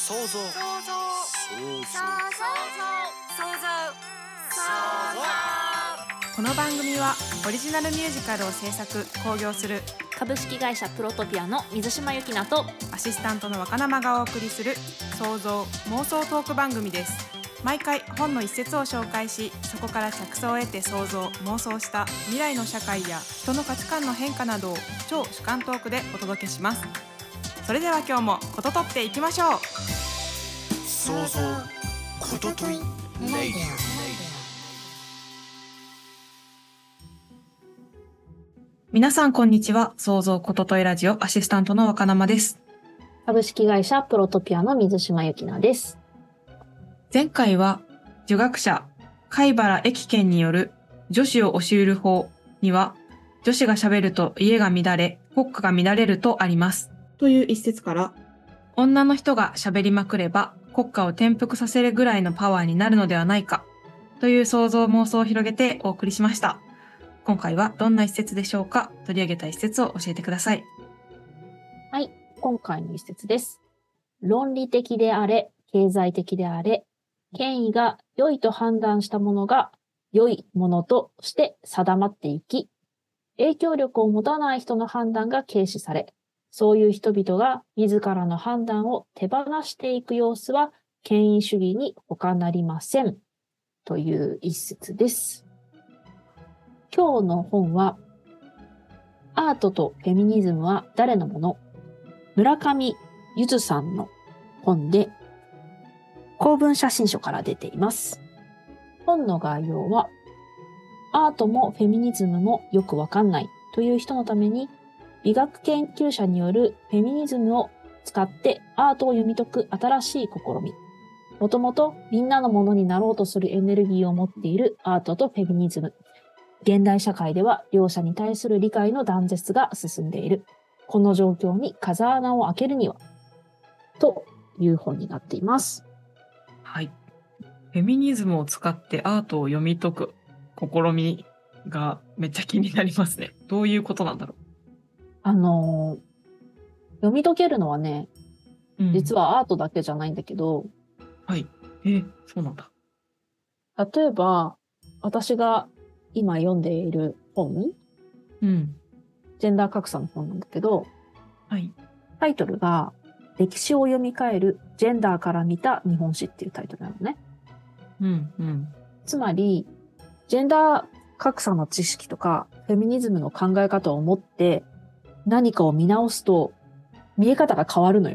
想像想像この番組はオリジナルミュージカルを制作興行する株式会社プロトピアの水島由紀奈とアシスタントの若生がお送りする想像妄想トーク番組です。毎回本の一節を紹介し、そこから着想を得て想像妄想した未来の社会や人の価値観の変化などを超主観トークでお届けします。それでは今日もこととっていきましょう。 想像ことといレディオ。 皆さんこんにちは。想像ことといラジオアシスタントの若生です。 株式会社プロトピアの水島由紀奈です。 前回は儒学者貝原益賢による女子を教える法には、女子が喋ると家が乱れ国家が乱れるとありますという一節から、女の人が喋りまくれば国家を転覆させるぐらいのパワーになるのではないかという想像妄想を広げてお送りしました。今回はどんな一節でしょうか。取り上げた一節を教えてください。 はい、今回の一節です。論理的であれ、経済的であれ、権威が良いと判断したものが良いものとして定まっていき、影響力を持たない人の判断が軽視され、そういう人々が自らの判断を手放していく様子は権威主義に他なりません。という一節です。今日の本は、アートとフェミニズムは誰のもの？村上ゆずさんの本で、公文写真書から出ています。本の概要は、アートもフェミニズムもよくわかんないという人のために、美学研究者によるフェミニズムを使ってアートを読み解く新しい試み。もともとみんなのものになろうとするエネルギーを持っているアートとフェミニズム。現代社会では両者に対する理解の断絶が進んでいる。この状況に風穴を開けるには、という本になっています。 はい。フェミニズムを使ってアートを読み解く試みがめっちゃ気になりますね。どういうことなんだろ読み解けるのはね、実はアートだけじゃないんだけど、 はい。そうなんだ。 例えば、私が今読んでいる本、ジェンダー格差の本なんだけど、 はい。 タイトルが、歴史を読み替えるジェンダーから見た日本史っていうタイトルなのね。つまり、ジェンダー格差の知識とか、フェミニズムの考え方を持って何かを見直すと、見え方が変わるのよ。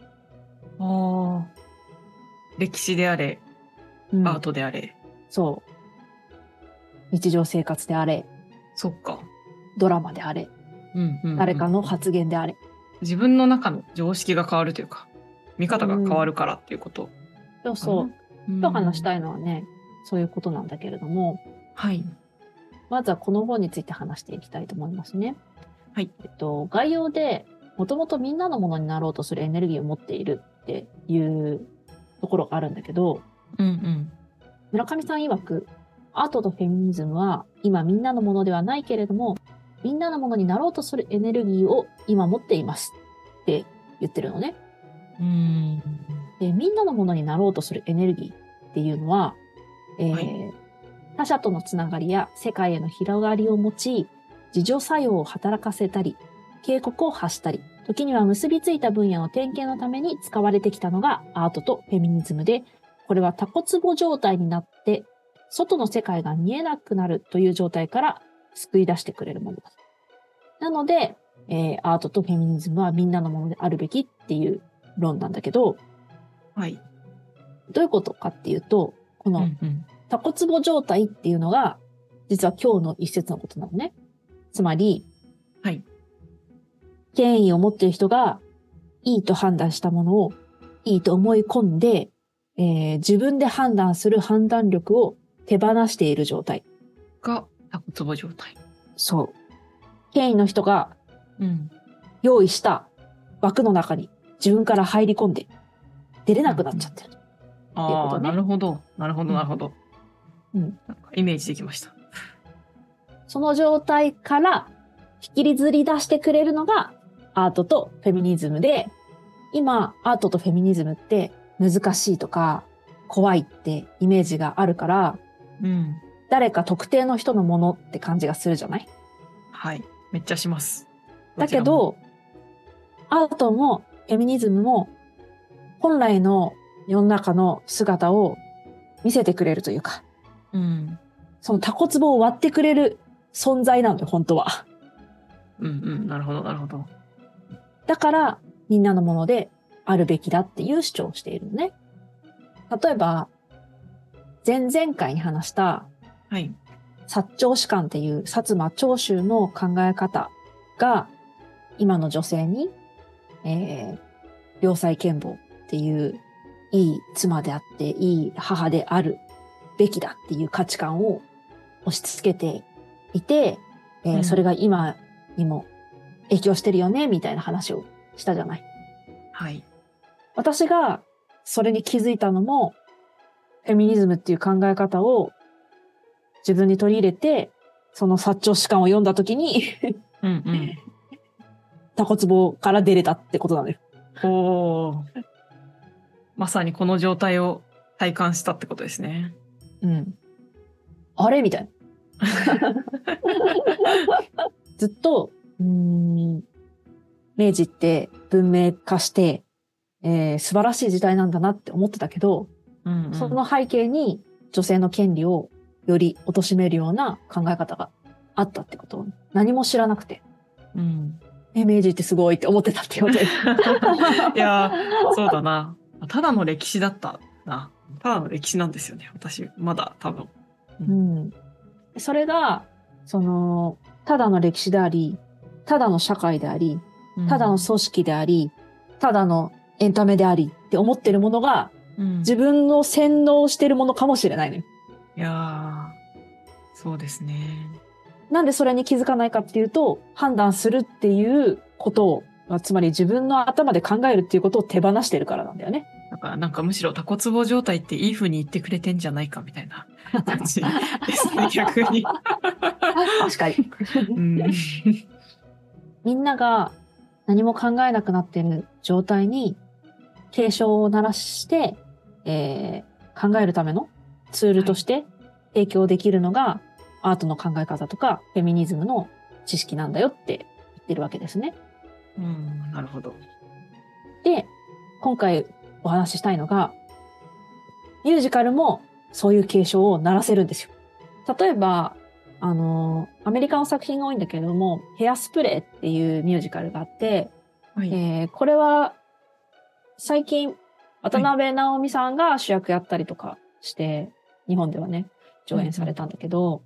歴史であれ、アートであれ。 そう。日常生活であれ。 そっか。 ドラマであれ。誰かの発言であれ。 自分の中の常識が変わるというか、見方が変わるからっていうこと。 そう。今日話したいのはね、そういうことなんだけれども。 はい。 まずはこの本について話していきたいと思いますね。 はい。 概要で、もともとみんなのものになろうとするエネルギーを持っているっていうところがあるんだけど、村上さん曰く、アートとフェミニズムは今みんなのものではないけれども、みんなのものになろうとするエネルギーを今持っていますって言ってるのね。で、みんなのものになろうとするエネルギーっていうのは、他者とのつながりや世界への広がりを持ち、自助作用を働かせたり、警告を発したり、時には結びついた分野の点検のために使われてきたのがアートとフェミニズムで、これはタコツボ状態になって、外の世界が見えなくなるという状態から救い出してくれるものです。なので、アートとフェミニズムはみんなのものであるべきっていう論なんだけど、 はい。 どういうことかっていうと、このタコツボ状態っていうのが、実は今日の一節のことなのね。つまり、 はい。 権威を持っている人がいいと判断したものをいいと思い込んで、自分で判断する判断力を手放している状態。 が、タコツボ状態。 そう。権威の人が、用意した枠の中に自分から入り込んで、出れなくなっちゃってる。 なるほど。なるほど。なんかイメージできました。 その状態から引きずり出してくれるのがアートとフェミニズムで、今、アートとフェミニズムって難しいとか怖いってイメージがあるから、 うん。 誰か特定の人のものって感じがするじゃない？ はい。めっちゃします。 だけど、アートもフェミニズムも本来の世の中の姿を見せてくれるというか、 うん。 そのタコツボを割ってくれる存在なんだよ、本当は。 うんうん。なるほど、なるほど。 だから、みんなのものであるべきだっていう主張をしているのね。例えば、前々回に話したはい。 薩長士官っていう薩摩長州の考え方が、今の女性に、良妻賢母っていういい妻であっていい母であるべきだっていう価値観を押し付けていて、それが今にも影響してるよねみたいな話をしたじゃない。 はい。 私がそれに気づいたのも、フェミニズムっていう考え方を自分に取り入れて、その薩長士官を読んだ時にうんうん。 タコツボから出れたってことなのよ。 おー。まさにこの状態を体感したってことですね。 うん。あれみたいな。ずっと、明治って文明化して、素晴らしい時代なんだなって思ってたけど、 うんうん、 その背景に女性の権利をより貶めるような考え方があったってことを何も知らなくて、 うん明治ってすごいって思ってたってことで。 いやー、そうだな。ただの歴史だったな。ただの歴史なんですよね。私、まだ多分。 うん。それが、ただの歴史であり、ただの社会であり、ただの組織であり、ただのエンタメでありって思ってるものが、自分の洗脳してるものかもしれないのよ。 いやー、そうですね。 なんでそれに気づかないかっていうと、判断するっていうことを、つまり自分の頭で考えるっていうことを手放してるからなんだよね。 だからなんかむしろタコツボ状態っていい風に言ってくれてんじゃないかみたいな感じですね、逆に。 確かに。 うん、 みんなが何も考えなくなっている状態に警鐘を鳴らして、考えるためのツールとして提供できるのが、アートの考え方とかフェミニズムの知識なんだよって言ってるわけですね。 なるほど。 で、今回お話ししたいのが、ミュージカルもそういう警鐘を鳴らせるんですよ。例えば、アメリカの作品が多いんだけれども、ヘアスプレーっていうミュージカルがあって、 はい、 これは最近渡辺直美さんが主役やったりとかして、日本ではね、上演されたんだけど、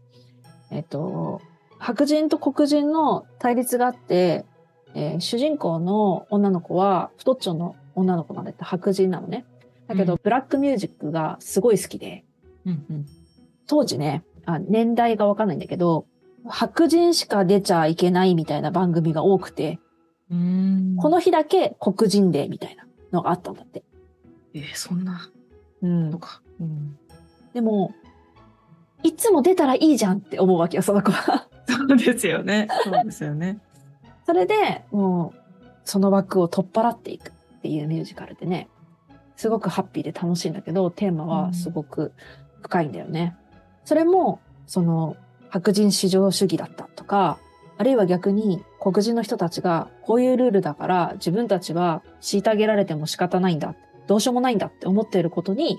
白人と黒人の対立があって、主人公の女の子は太っちょの女の子なんだって白人なのね。だけど、ブラックミュージックがすごい好きで、当時ね、年代がわかんないんだけど、白人しか出ちゃいけないみたいな番組が多くて、この日だけ黒人デーみたいなのがあったんだって。 そんなのか。 でも、いつも出たらいいじゃんって思うわけよ、その子は。 そうですよね。そうですよね。 それで、もう、その枠を取っ払っていくっていうミュージカルでね、すごくハッピーで楽しいんだけど、テーマはすごく深いんだよね。それも、白人至上主義だったとか、あるいは逆に黒人の人たちがこういうルールだから自分たちは虐げられても仕方ないんだ、どうしようもないんだって思っていることに、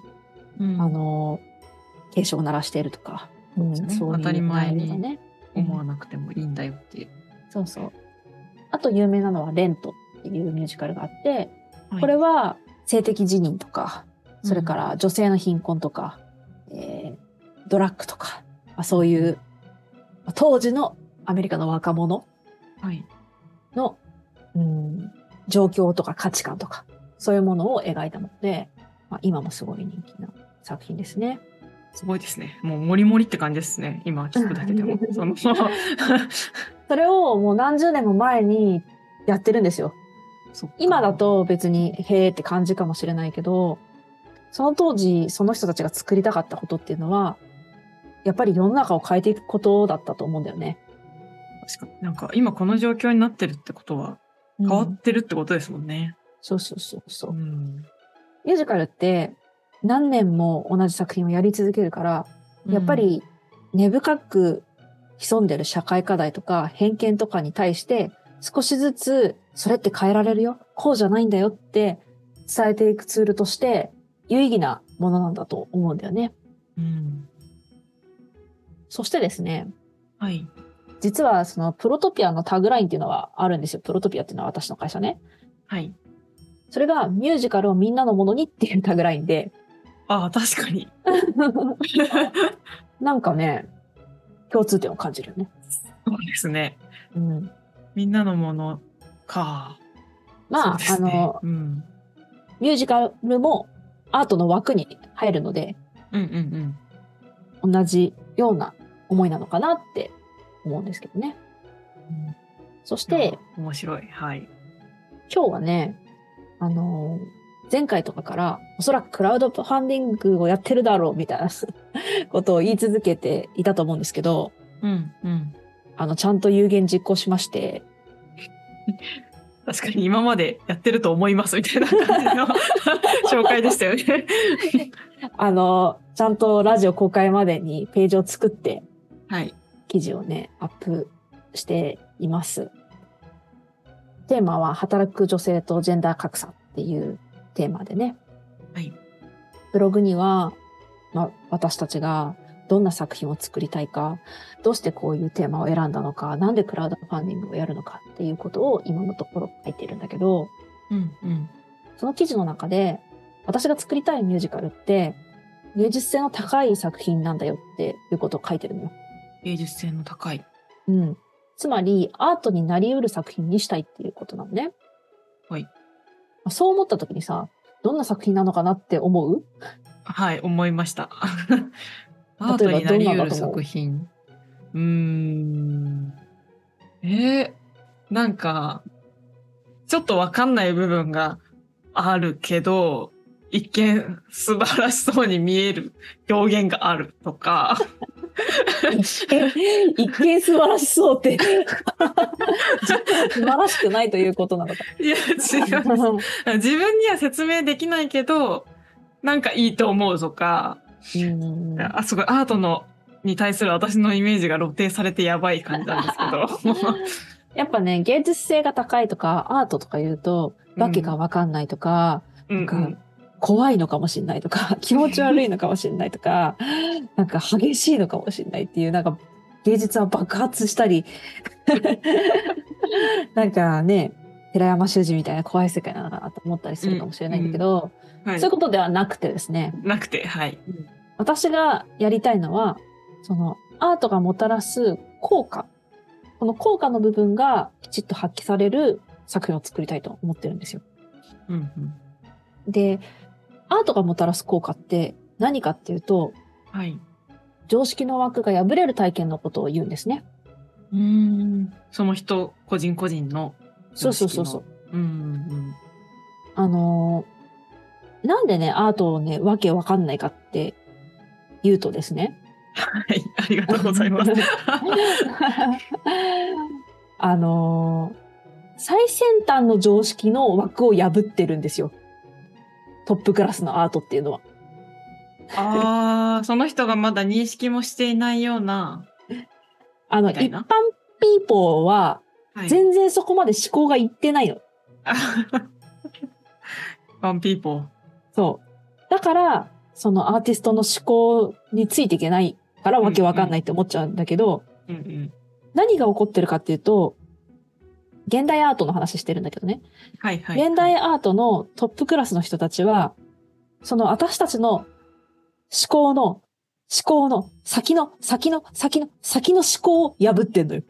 警鐘を鳴らしているとか、そういう当たり前にね、 思わなくてもいいんだよっていう。 そうそう。あと有名なのはレントっていうミュージカルがあって、これは性的自認とか、それから女性の貧困とか、ドラッグとか、そういう当時のアメリカの若者の、状況とか価値観とか、そういうものを描いたもので、今もすごい人気な作品ですね。 すごいですね。もうモリモリって感じですね。今聞くだけでも。 それをもう何十年も前にやってるんですよ。今だと別にへーって感じかもしれないけど、その当時その人たちが作りたかったことっていうのは、やっぱり世の中を変えていくことだったと思うんだよね。 確かに。なんか今この状況になってるってことは変わってるってことですもんね。 そうそうそうそう。 ミュージカルって何年も同じ作品をやり続けるから、やっぱり根深く潜んでる社会課題とか偏見とかに対して少しずつそれって変えられるよ。こうじゃないんだよって伝えていくツールとして有意義なものなんだと思うんだよね。そしてですね。 はい。 実はそのプロトピアのタグラインっていうのはあるんですよ。プロトピアっていうのは私の会社ね。 はい。 それがミュージカルをみんなのものにっていうタグラインで。 ああ、確かに。 なんかね、共通点を感じるよね。 そうですね。 うん。 みんなのものか。 まあ、 ね、 ミュージカルもアートの枠に入るので、同じような思いなのかなって思うんですけどね。そして、 面白い。はい。 今日はね、前回とかからおそらくクラウドファンディングをやってるだろうみたいなことを言い続けていたと思うんですけど、ちゃんと有言実行しまして。 確かに今までやってると思いますみたいな感じの紹介でしたよね。 ちゃんとラジオ公開までにページを作って、 はい。 記事をね、アップしています。テーマは働く女性とジェンダー格差っていうテーマでね。 はい。 ブログには、私たちがどんな作品を作りたいか、どうしてこういうテーマを選んだのか、なんでクラウドファンディングをやるのかっていうことを今のところ書いてるんだけど、その記事の中で、私が作りたいミュージカルって、芸術性の高い作品なんだよっていうことを書いてるのよ。 芸術性の高い。 つまり、アートになり得る作品にしたいっていうことなのね。 はい。 そう思った時にさ、どんな作品なのかなって思う？ はい、思いました。アートになり得る作品。なんか、ちょっとわかんない部分があるけど、一見素晴らしそうに見える表現があるとか。 一見素晴らしそうって素晴らしくないということなのか。 いや、違う。自分には説明できないけど、なんかいいと思うとか、すごいアートに対する私のイメージが露呈されてやばい感じなんですけど。 やっぱね、芸術性が高いとか、アートとか言うと、わけがわかんないとか、なんか怖いのかもしれないとか、気持ち悪いのかもしれないとか、なんか激しいのかもしれないっていう、なんか芸術は爆発したり、なんかね、寺山修司みたいな怖い世界なのかなと思ったりするかもしれないんだけど、そういうことではなくてですね。 なくて、はい。 私がやりたいのは、そのアートがもたらす効果。この効果の部分がきちっと発揮される作品を作りたいと思ってるんですよ。で、アートがもたらす効果って何かっていうと、常識の枠が破れる体験のことを言うんですね。 その人、個人個人の。 そう。なんでね、アートをね、わけわかんないかって言うとですね。 はい、ありがとうございます。 最先端の常識の枠を破ってるんですよ。トップクラスのアートっていうのは。その人がまだ認識もしていないような。 一般ピーポーは、全然そこまで思考がいってないの。 一般ピーポー。 そう。だから、そのアーティストの思考についていけないからわけわかんないって思っちゃうんだけど、何が起こってるかっていうと、現代アートの話してるんだけどね。現代アートのトップクラスの人たちは、その私たちの思考の先の思考を破ってんのよ。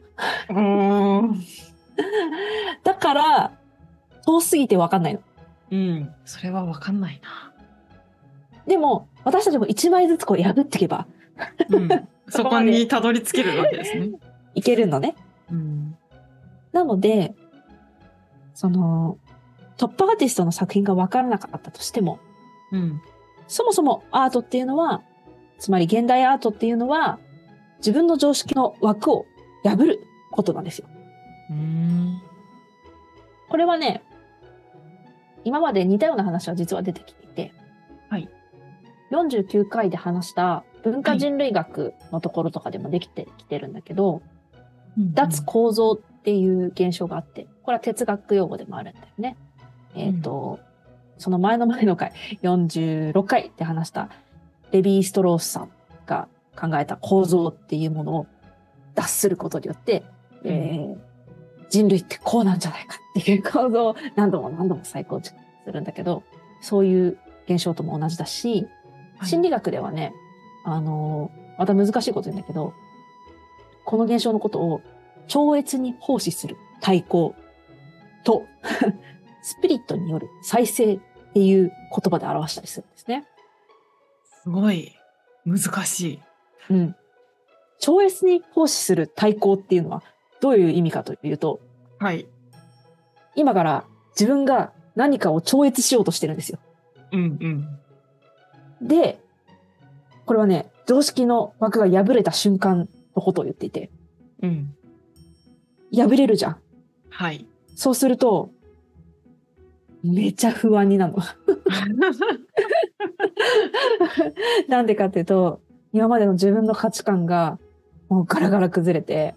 だから、遠すぎてわかんないの。 それはわかんないな。 でも、私たちも一枚ずつこう破っていけば、 そこにたどり着けるわけですね。 いけるのね。なので、その、トップアーティストの作品がわからなかったとしても、そもそもアートっていうのは、つまり現代アートっていうのは、自分の常識の枠を破ることなんですよ。これはね、 今まで似たような話は実は出てきていて、 はい。 49回で話した文化人類学のところとかでもできてきてるんだけど、脱構造っていう現象があって、これは哲学用語でもあるんだよね。その前の回、46回で話したレヴィ・ストロースさんが考えた構造っていうものを脱することによって、人類ってこうなんじゃないかっていう構造を何度も再構築するんだけど、そういう現象とも同じだし、心理学ではね、また難しいこと言うんだけど、この現象のことを超越に奉仕する対抗とスピリットによる再生っていう言葉で表したりするんですね。 すごい難しい。 うん。超越に奉仕する対抗っていうのはどういう意味かというと、 はい。 今から自分が何かを超越しようとしてるんですよ。で、これはね、常識の枠が破れた瞬間のことを言っていて、破れるじゃん。 はい。 そうすると、めちゃ不安になるの。なんでかっていうと、今までの自分の価値観がもうガラガラ崩れて、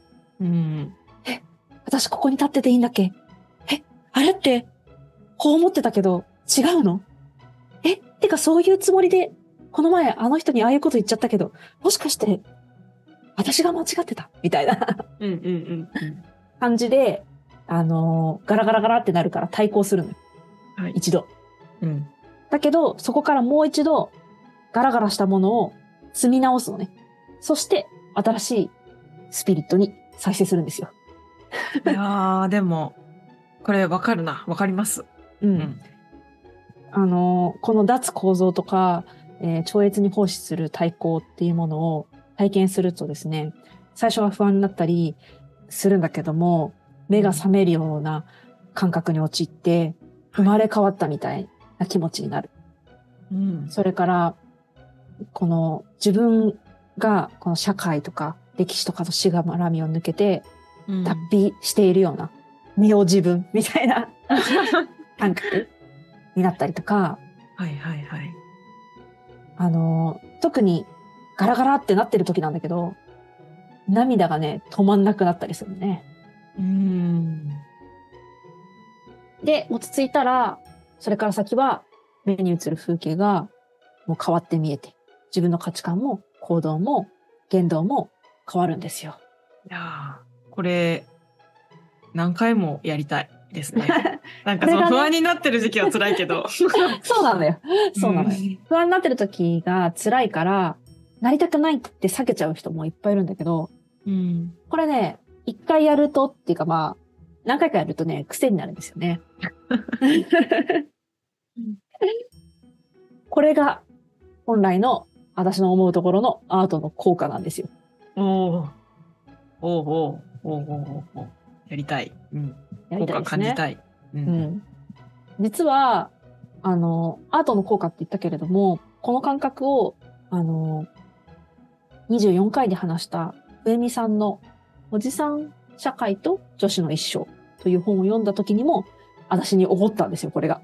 私ここに立ってていいんだっけ？あれってこう思ってたけど違うの？てかそういうつもりでこの前あの人にああいうこと言っちゃったけど、もしかして私が間違ってたみたいな感じで、ガラガラガラってなるから対抗するのよ。はい、一度。だけど、そこからもう一度、ガラガラしたものを積み直すのね。そして、新しいスピリットに再生するんですよ。 いやー、でも、これわかるな。わかります。 この脱構造とか、超越に奉仕する対抗っていうものを体験するとですね、最初は不安になったりするんだけども、目が覚めるような感覚に陥って、生まれ変わったみたいな気持ちになる。それから、この自分がこの社会とか歴史とかのしがらみを抜けて、脱皮しているようなネオ自分みたいな感覚になったりとか、特にガラガラってなってる時なんだけど、涙がね、止まんなくなったりするね。で、落ち着いたら、それから先は目に映る風景がもう変わって見えて、自分の価値観も行動も言動も変わるんですよ。 いやー、これ、何回もやりたいですね。なんかその不安になってる時期は辛いけど。 そうなんだよ。そうなのよ。不安になってる時が辛いから、なりたくないって避けちゃう人もいっぱいいるんだけど、これね、一回やるとっていうかまあ、何回かやるとね、癖になるんですよね。これが本来の私の思うところのアートの効果なんですよ。 やりたい。 やりたいですね。 効果感じたい。 実は、アートの効果って言ったけれども、この感覚を、24回で話した上見さんのおじさん社会と女子の一生という本を読んだ時にも、私に起こったんですよ、これが。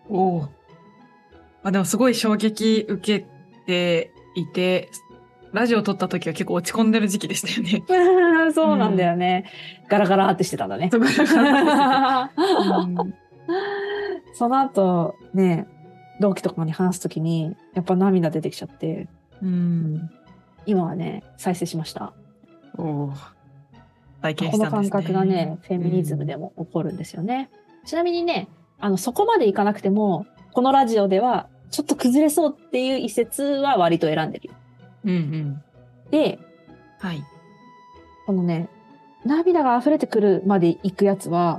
でもすごい衝撃受けていて、ラジオ撮った時は結構落ち込んでる時期でしたよね。 そうなんだよね。ガラガラってしてたんだね。その後、ね、同期とかに話す時に、やっぱ涙出てきちゃって、今はね、再生しました。 体験したんですね。 この感覚がね、フェミニズムでも起こるんですよね。ちなみにね、そこまでいかなくても、このラジオでは、ちょっと崩れそうっていう一節は割と選んでるよ。で、このね、涙が溢れてくるまで行くやつは、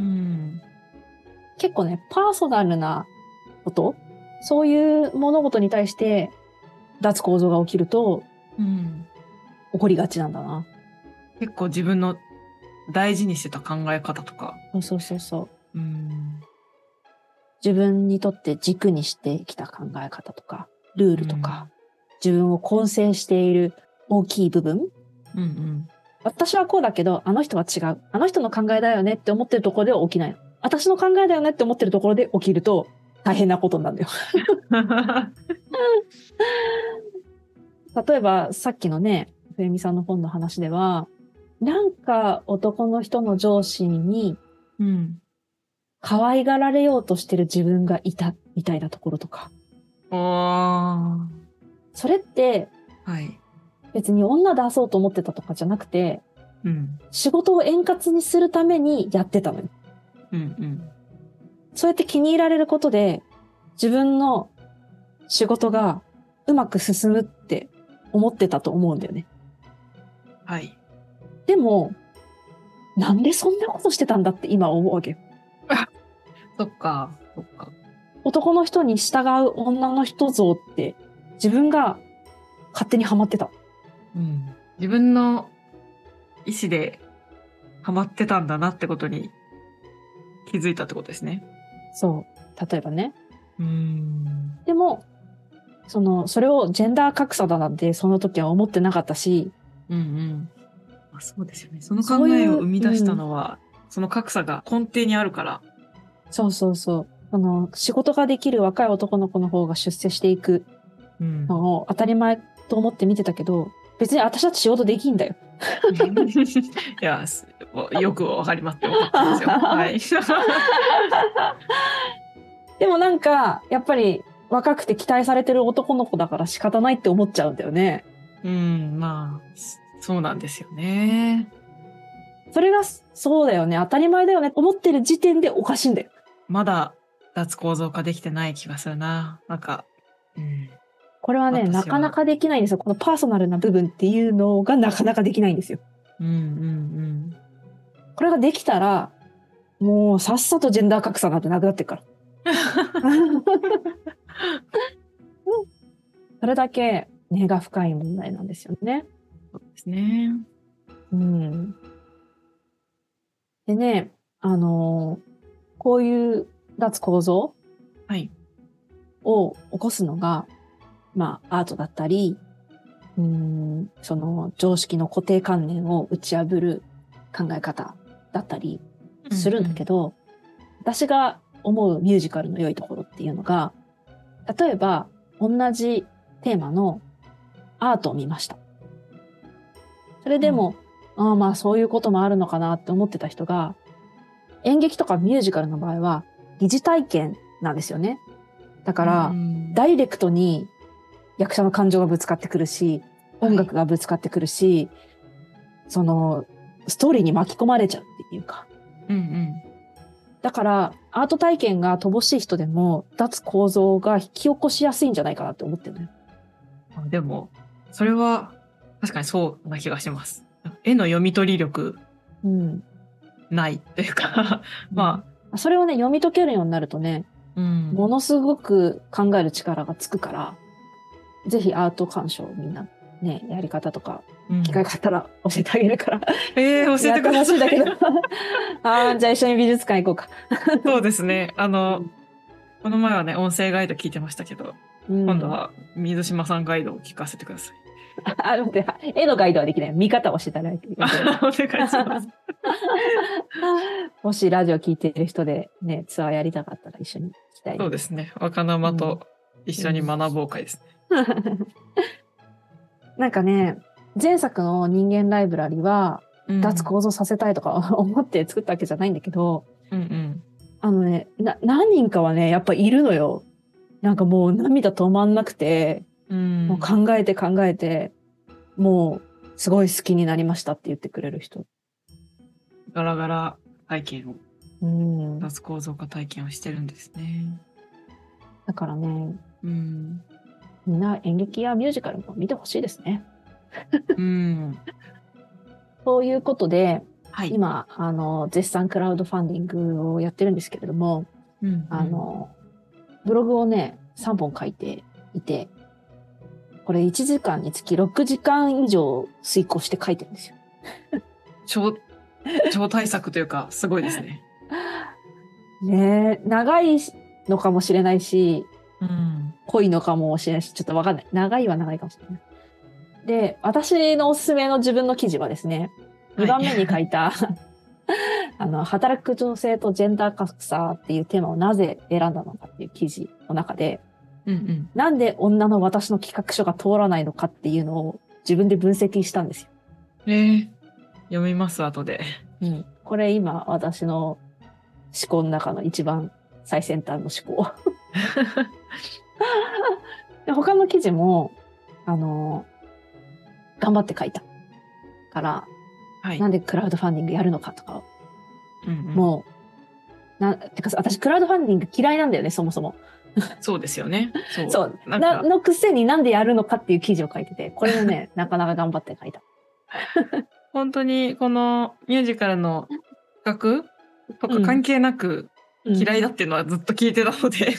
結構ね、パーソナルなこと、そういう物事に対して脱構造が起きると、起こりがちなんだな。 結構自分の大事にしてた考え方とか。 そう。自分にとって軸にしてきた考え方とか、ルールとか、自分を構成している大きい部分、私はこうだけど、あの人は違う。あの人の考えだよねって思ってるところでは起きないの。私の考えだよねって思ってるところで起きると、 大変なことなんだよ。例えば、さっきのね、冬美さんの本の話では、なんか男の人の上司にうん。 可愛がられようとしてる自分がいたみたいなところとか。 おー。 それってはい。 別に女出そうと思ってたとかじゃなくて、 うん。 仕事を円滑にするためにやってたのよ。 うんうん。 そうやって気に入られることで、自分の仕事がうまく進むって思ってたと思うんだよね。 はい。 でも、なんでそんなことしてたんだって今思うわけよ。 そっか。そっか。 男の人に従う女の人像って自分が勝手にハマってた。 うん。自分の意思でハマってたんだなってことに気づいたってことですね。 そう。例えばね。 ででも、それをジェンダー格差だなんてその時は思ってなかったし、 うんうん。あ、そうですよね。その考えを生み出したのは、その格差が根底にあるから。 そうそうそう。仕事ができる若い男の子の方が出世していくうん。 のを当たり前と思って見てたけど、別に私だって仕事できんだよ。 いや、よくわかりますって思ったんですよ。はい。 でもなんか、やっぱり若くて期待されてる男の子だから仕方ないって思っちゃうんだよね。 うん、まあ、そうなんですよね。 それがそうだよね。当たり前だよね。思ってる時点でおかしいんだよ。 まだ脱構造化できてない気がするな。なんか、 これはね、 私はなかなかできないんですよ。このパーソナルな部分っていうのがなかなかできないんですよ。 うんうんこれができたら、もうさっさとジェンダー格差なんてなくなってるから。それだけ根が深い問題なんですよね。 そうですね。 うん。でね、こういう脱構造はい。 を起こすのが、まあ、アートだったり、その常識の固定観念を打ち破る考え方だったりするんだけど、私が思うミュージカルの良いところっていうのが、例えば同じテーマのアートを見ました。それでも、まあそういうこともあるのかなって思ってた人が、演劇とかミュージカルの場合は疑似体験なんですよね。だから、ダイレクトに役者の感情がぶつかってくるし、音楽がぶつかってくるし、そのストーリーに巻き込まれちゃうっていうか。だから、アート体験が乏しい人でも、脱構造が引き起こしやすいんじゃないかなって思ってるのよ。 でも、それは確かにそうな気がします。絵の読み取り力ないというか、まあ。それをね、読み解けるようになるとね、ものすごく考える力がつくから、ぜひアート鑑賞みんなね、やり方とか、機会があったら教えてあげるから。 教えてください。 やってほしいんだけど。じゃあ一緒に美術館行こうか。 そうですね。この前はね、音声ガイド聞いてましたけど、今度は水島さんガイドを聞かせてください。 待って、絵のガイドはできない。見方を教えてあげる。 お願いします。 もしラジオ聞いてる人でね、ツアーやりたかったら一緒に行きたい。 そうですね。若生と一緒に学ぼう会ですね。 なんかね、前作の人間ライブラリは、脱構造させたいとか思って作ったわけじゃないんだけど、何人かはね、やっぱいるのよ。なんかもう涙止まんなくて、もう考えて、もうすごい好きになりましたって言ってくれる人。 ガラガラ体験を、脱構造化体験をしてるんですね。 だからね、みんな演劇やミュージカルも見てほしいですね。そういうことで、今、絶賛クラウドファンディングをやってるんですけれども、ブログをね、3本書いていて、これ1時間につき6時間以上遂行して書いてるんですよ。 超大作というか、すごいですね。 ねえ、長いのかもしれないし、濃いのかもしれないし、ちょっとわかんない。長いは長いかもしれない。で、私のおすすめの自分の記事はですね、2番目に書いた、 働く女性とジェンダー格差っていうテーマをなぜ選んだのかっていう記事の中で、 うんうん。 なんで女の私の企画書が通らないのかっていうのを自分で分析したんですよ。 読みます、後で。 これ今私の思考の中の一番最先端の思考。で他の記事も、頑張って書いたから、 はい。 なんでクラウドファンディングやるのかとか、 うんうん、 もう、てか私クラウドファンディング嫌いなんだよね、そもそも。 そうですよね。 そう。 なんかのくせになんでやるのかっていう記事を書いてて、これもね、なかなか頑張って書いた。 本当にこのミュージカルの企画とか関係なく嫌いだっていうのはずっと聞いてたので、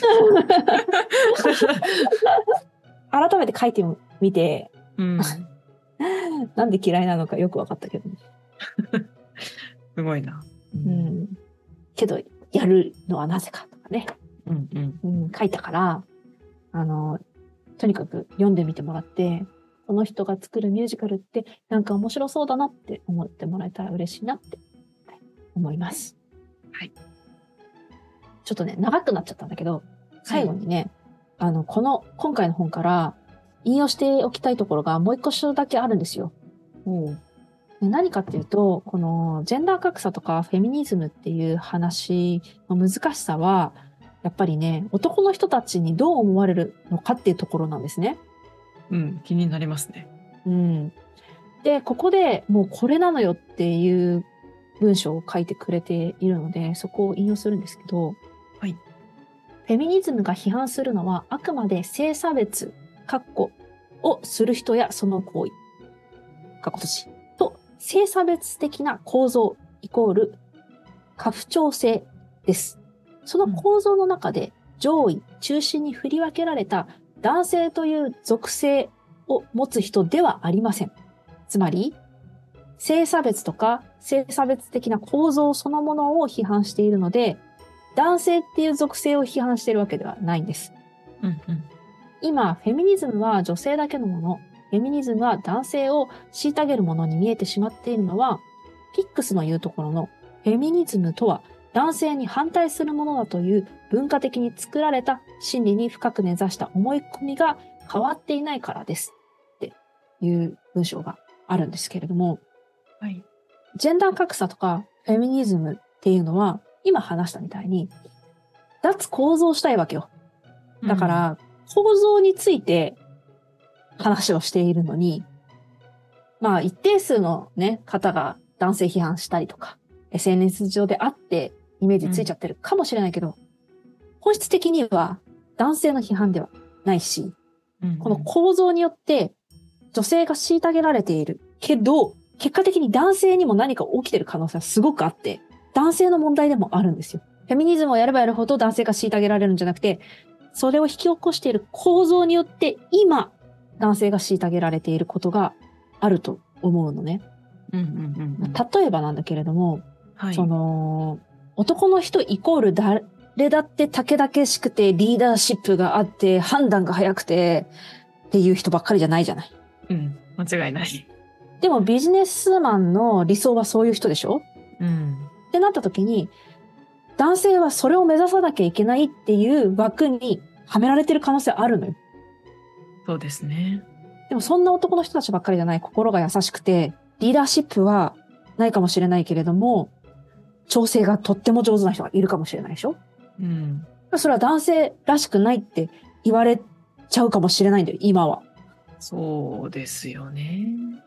改めて書いてみて、なんで嫌いなのかよく分かったけど、 すごいな。 けど、やるのはなぜかとかね。書いたから、とにかく読んでみてもらって、この人が作るミュージカルってなんか面白そうだなって思ってもらえたら嬉しいなって思います。 はい。 ちょっとね、長くなっちゃったんだけど、最後にね、今回の本から引用しておきたいところがもう一個だけあるんですよ。何かっていうと、このジェンダー格差とかフェミニズムっていう話の難しさは、やっぱりね、男の人たちにどう思われるのかっていうところなんですね。 気になりますね。 で、ここでもうこれなのよっていう文章を書いてくれているので、そこを引用するんですけど、 はい。 フェミニズムが批判するのは、あくまで性差別、をする人やその行為、と、性差別的な構造イコール過不調性です。その構造の中で上位、中心に振り分けられた男性という属性を持つ人ではありません。つまり、性差別とか性差別的な構造そのものを批判しているので、男性っていう属性を批判しているわけではないんです。今、フェミニズムは女性だけのもの、フェミニズムは男性を虐げるものに見えてしまっているのは、ピックスの言うところのフェミニズムとは男性に反対するものだという文化的に作られた心理に深く根ざした思い込みが変わっていないからですっていう文章があるんですけれども、 はい、 ジェンダー格差とかフェミニズムっていうのは今話したみたいに脱構造したいわけよ。だから、構造について話をしているのに、まあ一定数のね、方が男性批判したりとか、SNS 上であってイメージついちゃってるかもしれないけど、本質的には男性の批判ではないし、この構造によって女性が虐げられているけど、結果的に男性にも何か起きてる可能性はすごくあって、男性の問題でもあるんですよ。フェミニズムをやればやるほど男性が虐げられるんじゃなくて、それを引き起こしている構造によって今、男性が虐げられていることがあると思うのね。例えばなんだけれども、はい、男の人イコール誰だって武々しくてリーダーシップがあって判断が早くてっていう人ばっかりじゃないじゃない。 間違いない。 でもビジネスマンの理想はそういう人でしょ？ってなった時に、男性はそれを目指さなきゃいけないっていう枠にはめられてる可能性あるのよ。 そうですね。 でもそんな男の人たちばっかりじゃない、心が優しくて、リーダーシップはないかもしれないけれども、調整がとっても上手な人がいるかもしれないでしょ？それは男性らしくないって言われちゃうかもしれないんだよ、今は。 そうですよね。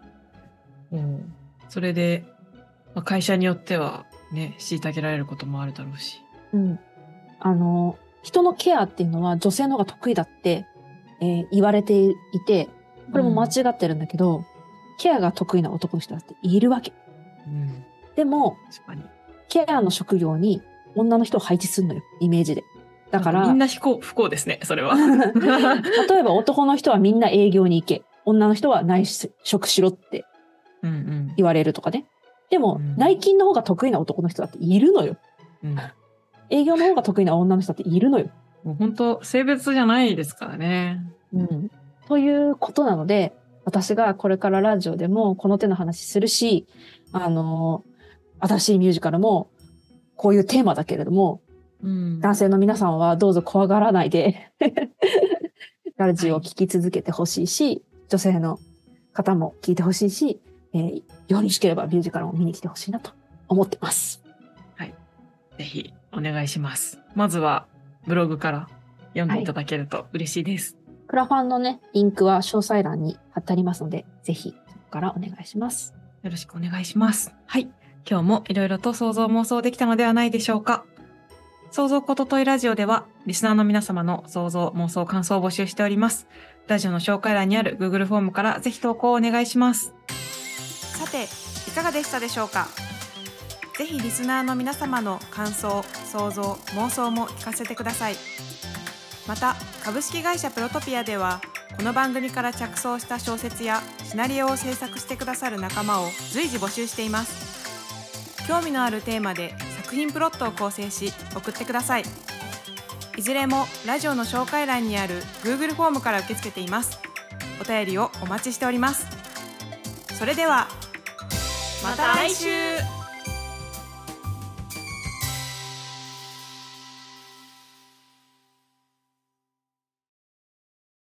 それで、会社によってはね、虐げられることもあるだろうし。 人のケアっていうのは女性の方が得意だって、言われていて、これも間違ってるんだけど、ケアが得意な男の人だっているわけ。でも、ケアの職業に女の人を配置するのよ、イメージで。だから。 みんな不幸ですね、それは。 例えば男の人はみんな営業に行け。女の人は内職しろって言われるとかね。でも、内勤の方が得意な男の人だっているのよ。営業の方が得意な女の人だっているのよ。 もう本当、性別じゃないですからね。 ということなので、私がこれからラジオでもこの手の話するし、新しいミュージカルもこういうテーマだけれども、男性の皆さんはどうぞ怖がらないでラジオを聞き続けてほしいし、女性の方も聞いてほしいし、よろしければミュージカルも見に来てほしいなと思ってます。 はい。ぜひお願いします。まずはブログから読んでいただけると嬉しいです。 クラファンのね、リンクは詳細欄に貼ってありますので、ぜひそこからお願いします。 よろしくお願いします。はい。今日もいろいろと想像妄想できたのではないでしょうか。想像ことといラジオでは、リスナーの皆様の想像妄想感想を募集しております。ラジオの紹介欄にある Google フォームからぜひ投稿をお願いします。さて、いかがでしたでしょうか。ぜひリスナーの皆様の感想、想像、妄想も聞かせてください。また、株式会社プロトピアでは、この番組から着想した小説やシナリオを制作してくださる仲間を随時募集しています。興味のあるテーマで作品プロットを構成し送ってください。いずれもラジオの紹介欄にある Google フォームから受け付けています。お便りをお待ちしております。それではまた来週。